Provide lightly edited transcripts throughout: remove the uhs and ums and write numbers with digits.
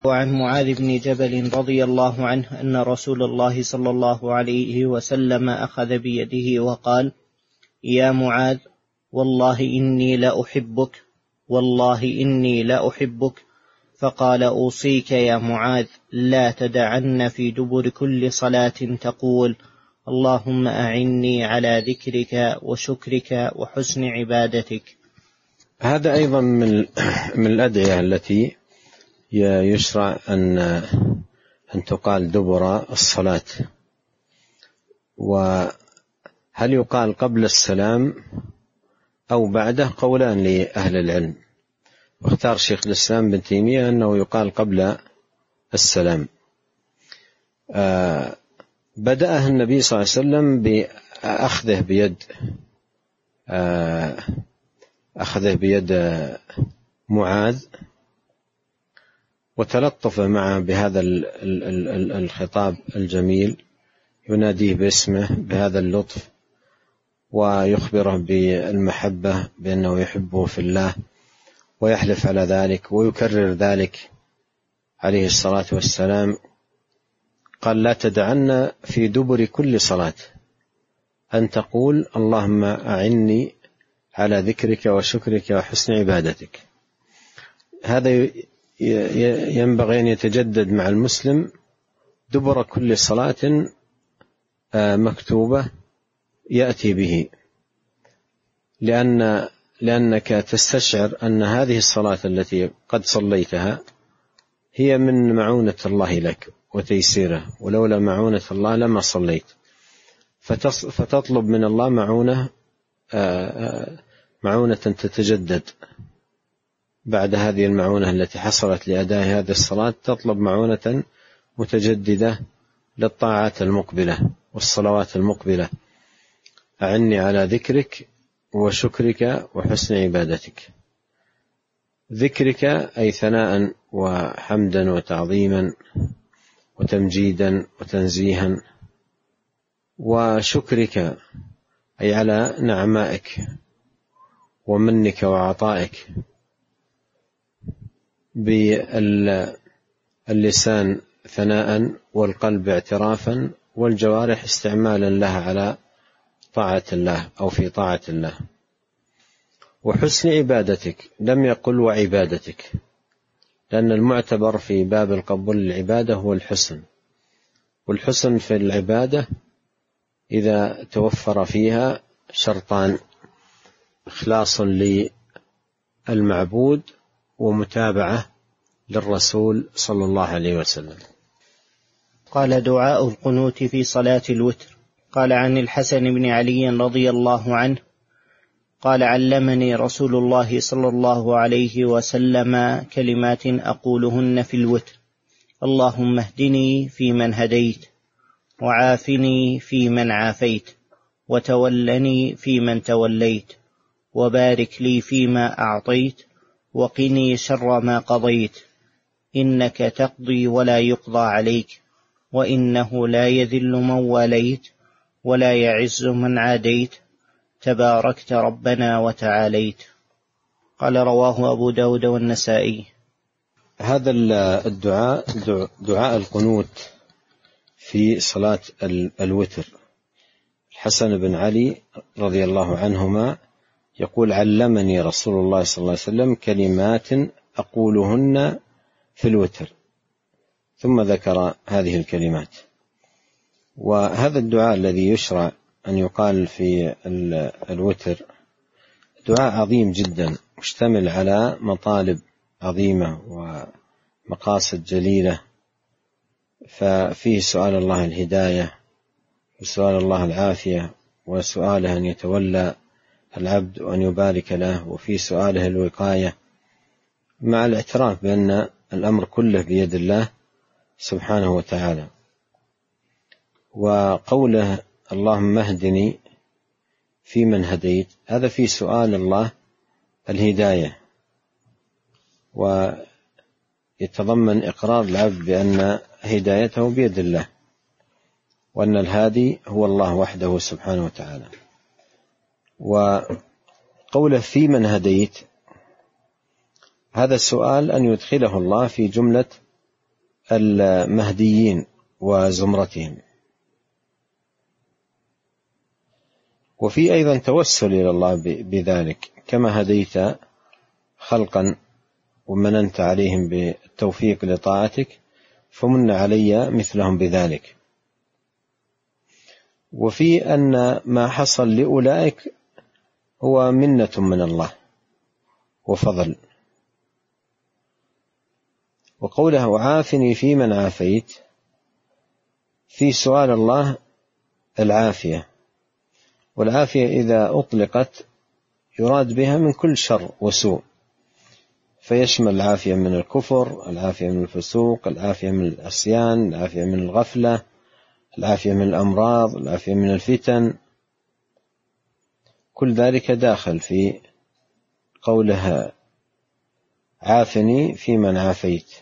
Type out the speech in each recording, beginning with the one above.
وعن معاذ بن جبل رضي الله عنه أن رسول الله صلى الله عليه وسلم أخذ بيده وقال: يا معاذ، والله إني لأحبك، والله إني لأحبك. فقال: أوصيك يا معاذ لا تدعن في دبر كل صلاة تقول: اللهم أعني على ذكرك وشكرك وحسن عبادتك. هذا أيضا من الأدعية التي يشرع أن تقال دبر الصلاة. وهل يقال قبل السلام أو بعده؟ قولان لأهل العلم، واختار شيخ الإسلام ابن تيمية أنه يقال قبل السلام. بدأها النبي صلى الله عليه وسلم بأخذه بيد معاذ وتلطف معه بهذا الخطاب الجميل، يناديه باسمه بهذا اللطف ويخبره بالمحبة بأنه يحبه في الله، ويحلف على ذلك ويكرر ذلك عليه الصلاة والسلام. قال: لا تدعن في دبر كل صلاة أن تقول: اللهم أعني على ذكرك وشكرك وحسن عبادتك. هذا ينبغي أن يتجدد مع المسلم دبر كل صلاة مكتوبة يأتي به، لأنك تستشعر أن هذه الصلاة التي قد صليتها هي من معونة الله لك وتيسيره، ولولا معونة الله لما صليت، فتطلب من الله معونة تتجدد بعد هذه المعونة التي حصلت لأداء هذه الصلاة، تطلب معونة متجددة للطاعات المقبلة والصلوات المقبلة. أعني على ذكرك وشكرك وحسن عبادتك. ذكرك أي ثناء وحمدا وتعظيما وتمجيدا وتنزيها، وشكرك أي على نعمائك ومنك وعطائك، باللسان ثناء والقلب اعترافا والجوارح استعمالا لها على طاعة الله أو في طاعة الله. وحسن عبادتك، لم يقل وعبادتك، لأن المعتبر في باب القبول العبادة هو الحسن، والحسن في العبادة إذا توفر فيها شرطان: إخلاص للمعبود ومتابعة للرسول صلى الله عليه وسلم. قال: دعاء القنوت في صلاة الوتر. قال عن الحسن بن علي رضي الله عنه قال: علمني رسول الله صلى الله عليه وسلم كلمات أقولهن في الوتر: اللهم اهدني فيمن هديت، وعافني فيمن عافيت، وتولني فيمن توليت، وبارك لي فيما أعطيت، وقني شر ما قضيت، إنك تقضي ولا يقضى عليك، وإنه لا يذل من واليت ولا يعز من عاديت، تباركت ربنا وتعاليت. قال: رواه أبو داود والنسائي. هذا الدعاء دعاء القنوت في صلاة الوتر. الحسن بن علي رضي الله عنهما يقول: علمني رسول الله صلى الله عليه وسلم كلمات أقولهن في الوتر، ثم ذكر هذه الكلمات. وهذا الدعاء الذي يشرع أن يقال في الوتر دعاء عظيم جدا، مشتمل على مطالب عظيمة ومقاصد جليلة، ففيه سؤال الله الهداية، وسؤال الله العافية، وسؤاله أن يتولى العبد وأن يبارك له، وفي سؤاله الوقاية، مع الاعتراف بأن الأمر كله بيد الله سبحانه وتعالى. وقوله: اللهم اهدني فيمن هديت، هذا في سؤال الله الهداية، ويتضمن إقرار العبد بأن هدايته بيد الله، وأن الهادي هو الله وحده سبحانه وتعالى. وقوله فيمن هديت، هذا السؤال أن يدخله الله في جملة المهديين وزمرتهم. وفي أيضا توسل إلى الله بذلك، كما هديت خلقا ومننت عليهم بالتوفيق لطاعتك فمن علي مثلهم بذلك. وفي أن ما حصل لأولئك هو منة من الله وفضل. وقوله عافني في من عافيت، في سؤال الله العافية، والعافية إذا أطلقت يراد بها من كل شر وسوء، فيشمل العافية من الكفر، العافية من الفسوق، العافية من العصيان، العافية من الغفلة، العافية من الأمراض، العافية من الفتن، كل ذلك داخل في قولها عافني في من عافيت.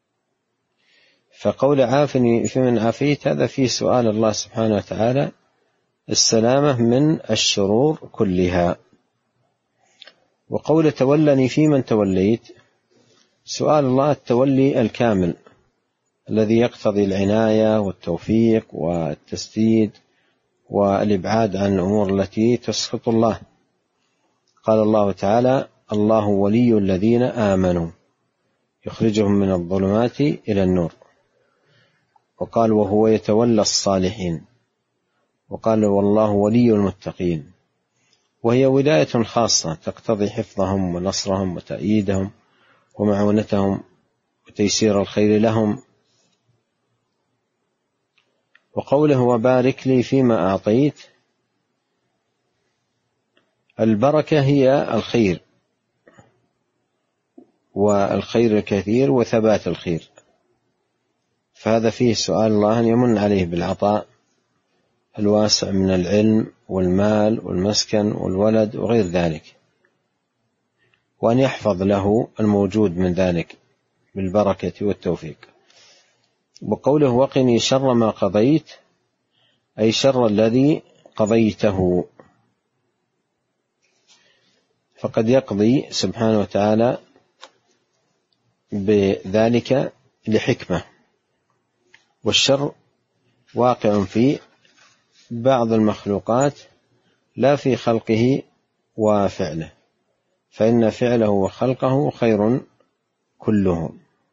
فقول عافني في من عافيت هذا في سؤال الله سبحانه وتعالى السلامة من الشرور كلها. وقول تولني في من توليت، سؤال الله التولي الكامل الذي يقتضي العناية والتوفيق والتسديد والإبعاد عن الأمور التي تسخط الله. قال الله تعالى الله ولي الذين آمنوا يخرجهم من الظلمات إلى النور، وقال وهو يتولى الصالحين، وقال والله ولي المتقين، وهي ولاية خاصة تقتضي حفظهم ونصرهم وتأييدهم ومعونتهم وتيسير الخير لهم. وقوله وبارك لي فيما أعطيت، البركة هي الخير والخير الكثير وثبات الخير، فهذا فيه سؤال الله أن يمن عليه بالعطاء الواسع من العلم والمال والمسكن والولد وغير ذلك، وأن يحفظ له الموجود من ذلك بالبركة والتوفيق. وقوله وقني شر ما قضيت، أي شر الذي قضيته، فقد يقضي سبحانه وتعالى بذلك لحكمة، والشر واقع في بعض المخلوقات لا في خلقه وفعله، فإن فعله وخلقه خير كله.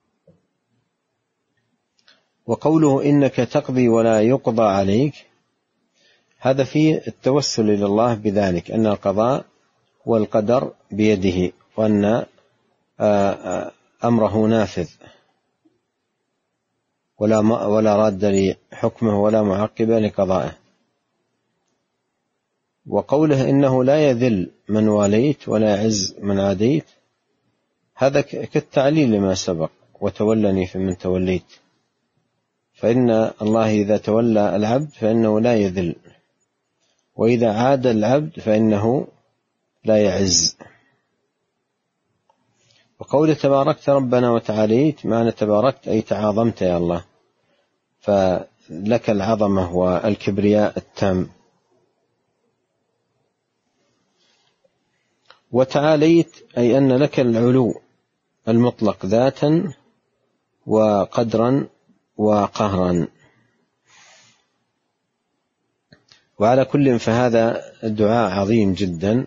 وقوله إنك تقضي ولا يقضى عليك، هذا فيه التوسل إلى الله بذلك، أن القضاء والقدر بيده، وأن أمره نافذ ولا راد لحكمه ولا معقب لقضائه. وقوله إنه لا يذل من واليت ولا يعز من عاديت، هذا كالتعليل لما سبق وتولني في من توليت، فإن الله إذا تولى العبد فإنه لا يذل، وإذا عاد العبد فإنه لا يعز. وقول تباركت ربنا وتعاليت، معنى تباركت أي تعاظمت يا الله، فلك العظمة والكبرياء التام. وتعاليت أي أن لك العلو المطلق ذاتا وقدرا وقهرا. وعلى كل فهذا الدعاء عظيم جدا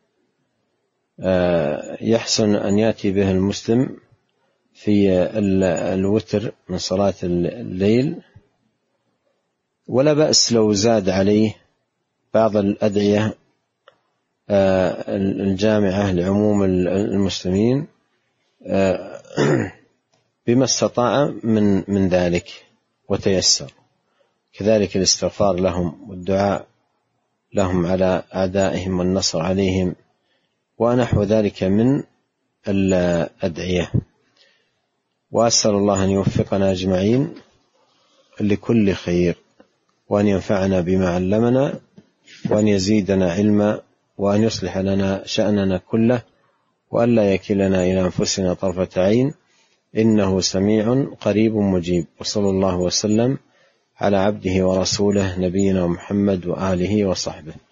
يحسن أن يأتي به المسلم في الوتر من صلاة الليل، ولا بأس لو زاد عليه بعض الأدعية الجامعة لعموم المسلمين بما استطاع من ذلك وتيسر، كذلك الاستغفار لهم والدعاء لهم على أعدائهم والنصر عليهم ونحو ذلك من الأدعية. وأسأل الله أن يوفقنا أجمعين لكل خير، وأن ينفعنا بما علمنا، وأن يزيدنا علما، وأن يصلح لنا شأننا كله، وأن لا يكلنا إلى أنفسنا طرفة عين، إنه سميع قريب مجيب. وصلى الله وسلم على عبده ورسوله نبينا محمد وآله وصحبه.